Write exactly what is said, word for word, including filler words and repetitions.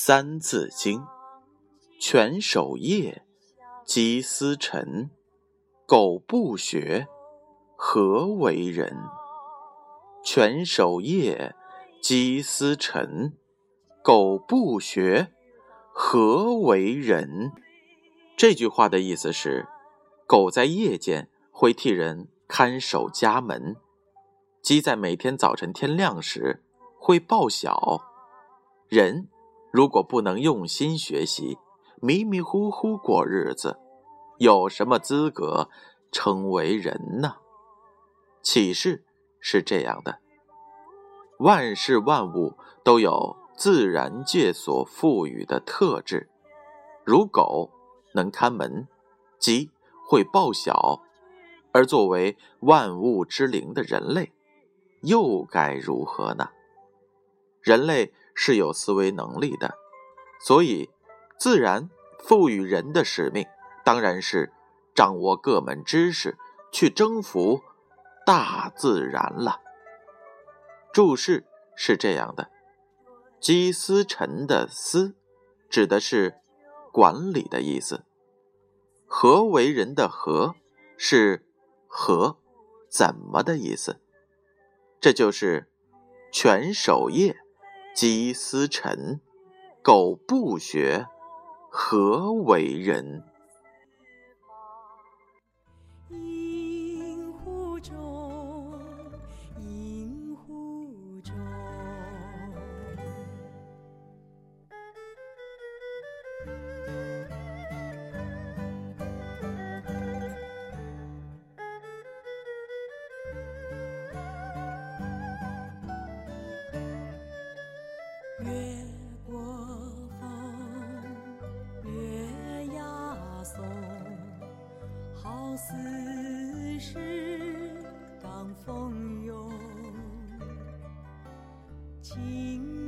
三字经，犬守夜，鸡司晨，狗不学，何为人？犬守夜，鸡司晨，狗不学，何为人？这句话的意思是，狗在夜间会替人看守家门，鸡在每天早晨天亮时会报晓。人如果不能用心学习，迷迷糊糊过日子，有什么资格称为人呢？启示是这样的：万事万物都有自然界所赋予的特质，如狗能看门，鸡会报晓，而作为万物之灵的人类，又该如何呢？人类是有思维能力的，所以自然赋予人的使命当然是掌握各门知识，去征服大自然了。注释是这样的：鸡司晨的司指的是管理的意思，何为人的何是何怎么的意思，这就是犬守夜，鸡司晨，狗不学，何为人？ 萤湖中，萤湖中，越过风，月牙松，好似是刚蜂涌，轻